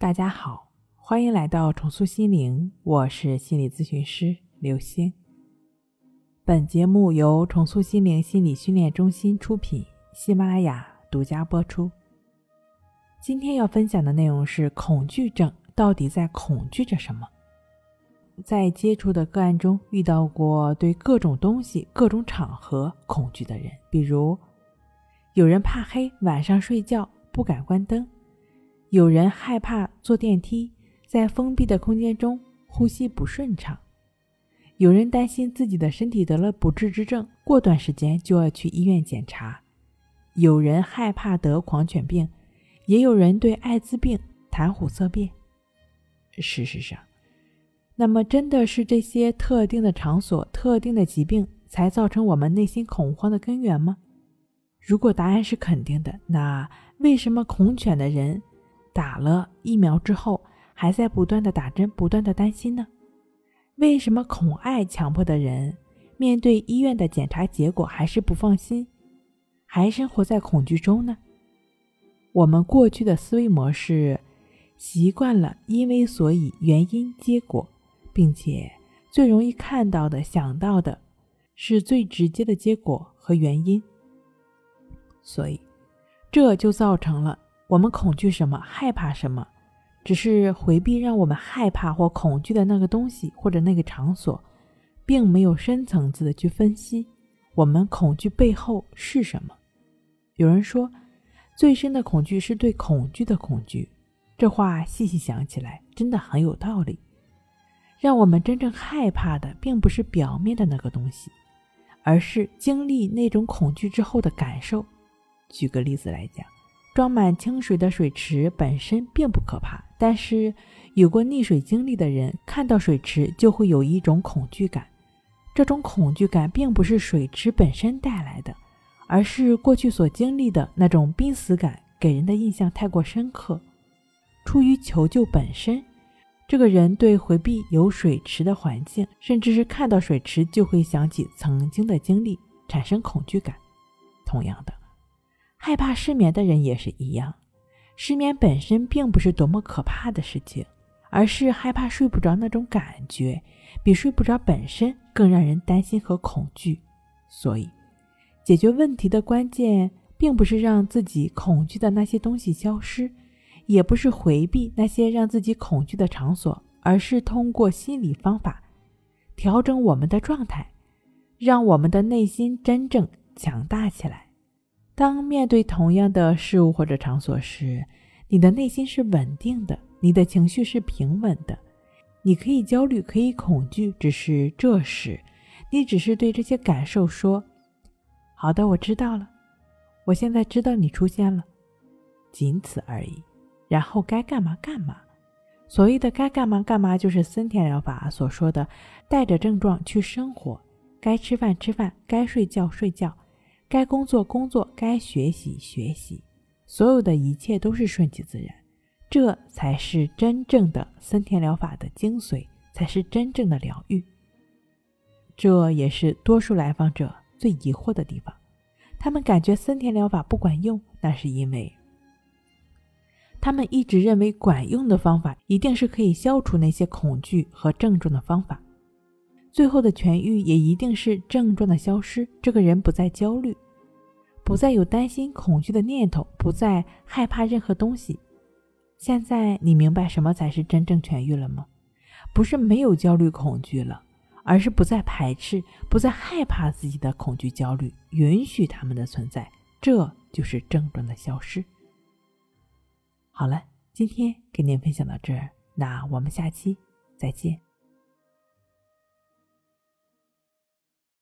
大家好，欢迎来到重塑心灵，我是心理咨询师刘星。本节目由重塑心灵心理训练中心出品，喜马拉雅独家播出。今天要分享的内容是恐惧症到底在恐惧着什么？在接触的个案中遇到过对各种东西、各种场合恐惧的人，比如有人怕黑，晚上睡觉不敢关灯；有人害怕坐电梯，在封闭的空间中呼吸不顺畅；有人担心自己的身体得了不治之症，过段时间就要去医院检查；有人害怕得狂犬病，也有人对艾滋病谈虎色变。事实上，那么真的是这些特定的场所、特定的疾病才造成我们内心恐慌的根源吗？如果答案是肯定的，那为什么恐犬的人打了疫苗之后还在不断的打针，不断的担心呢？为什么恐爱强迫的人面对医院的检查结果还是不放心，还生活在恐惧中呢？我们过去的思维模式习惯了因为所以原因结果，并且最容易看到的想到的是最直接的结果和原因，所以这就造成了我们恐惧什么害怕什么，只是回避让我们害怕或恐惧的那个东西或者那个场所，并没有深层次的去分析我们恐惧背后是什么。有人说最深的恐惧是对恐惧的恐惧，这话细细想起来真的很有道理。让我们真正害怕的并不是表面的那个东西，而是经历那种恐惧之后的感受。举个例子来讲，装满清水的水池本身并不可怕，但是有过溺水经历的人看到水池就会有一种恐惧感。这种恐惧感并不是水池本身带来的，而是过去所经历的那种濒死感给人的印象太过深刻。出于求救本身，这个人对回避有水池的环境，甚至是看到水池就会想起曾经的经历，产生恐惧感。同样的，害怕失眠的人也是一样，失眠本身并不是多么可怕的事情，而是害怕睡不着那种感觉，比睡不着本身更让人担心和恐惧。所以解决问题的关键并不是让自己恐惧的那些东西消失，也不是回避那些让自己恐惧的场所，而是通过心理方法调整我们的状态，让我们的内心真正强大起来。当面对同样的事物或者场所时，你的内心是稳定的，你的情绪是平稳的。你可以焦虑，可以恐惧，只是这时你只是对这些感受说，好的，我知道了，我现在知道你出现了，仅此而已。然后该干嘛干嘛。所谓的该干嘛干嘛，就是森田疗法所说的带着症状去生活，该吃饭吃饭，该睡觉睡觉，该工作工作，该学习学习，所有的一切都是顺其自然。这才是真正的森田疗法的精髓，才是真正的疗愈。这也是多数来访者最疑惑的地方，他们感觉森田疗法不管用，那是因为他们一直认为管用的方法一定是可以消除那些恐惧和症状的方法，最后的痊愈也一定是症状的消失，这个人不再焦虑，不再有担心恐惧的念头，不再害怕任何东西。现在你明白什么才是真正痊愈了吗？不是没有焦虑恐惧了，而是不再排斥，不再害怕自己的恐惧焦虑，允许它们的存在，这就是症状的消失。好了，今天跟您分享到这儿，那我们下期再见。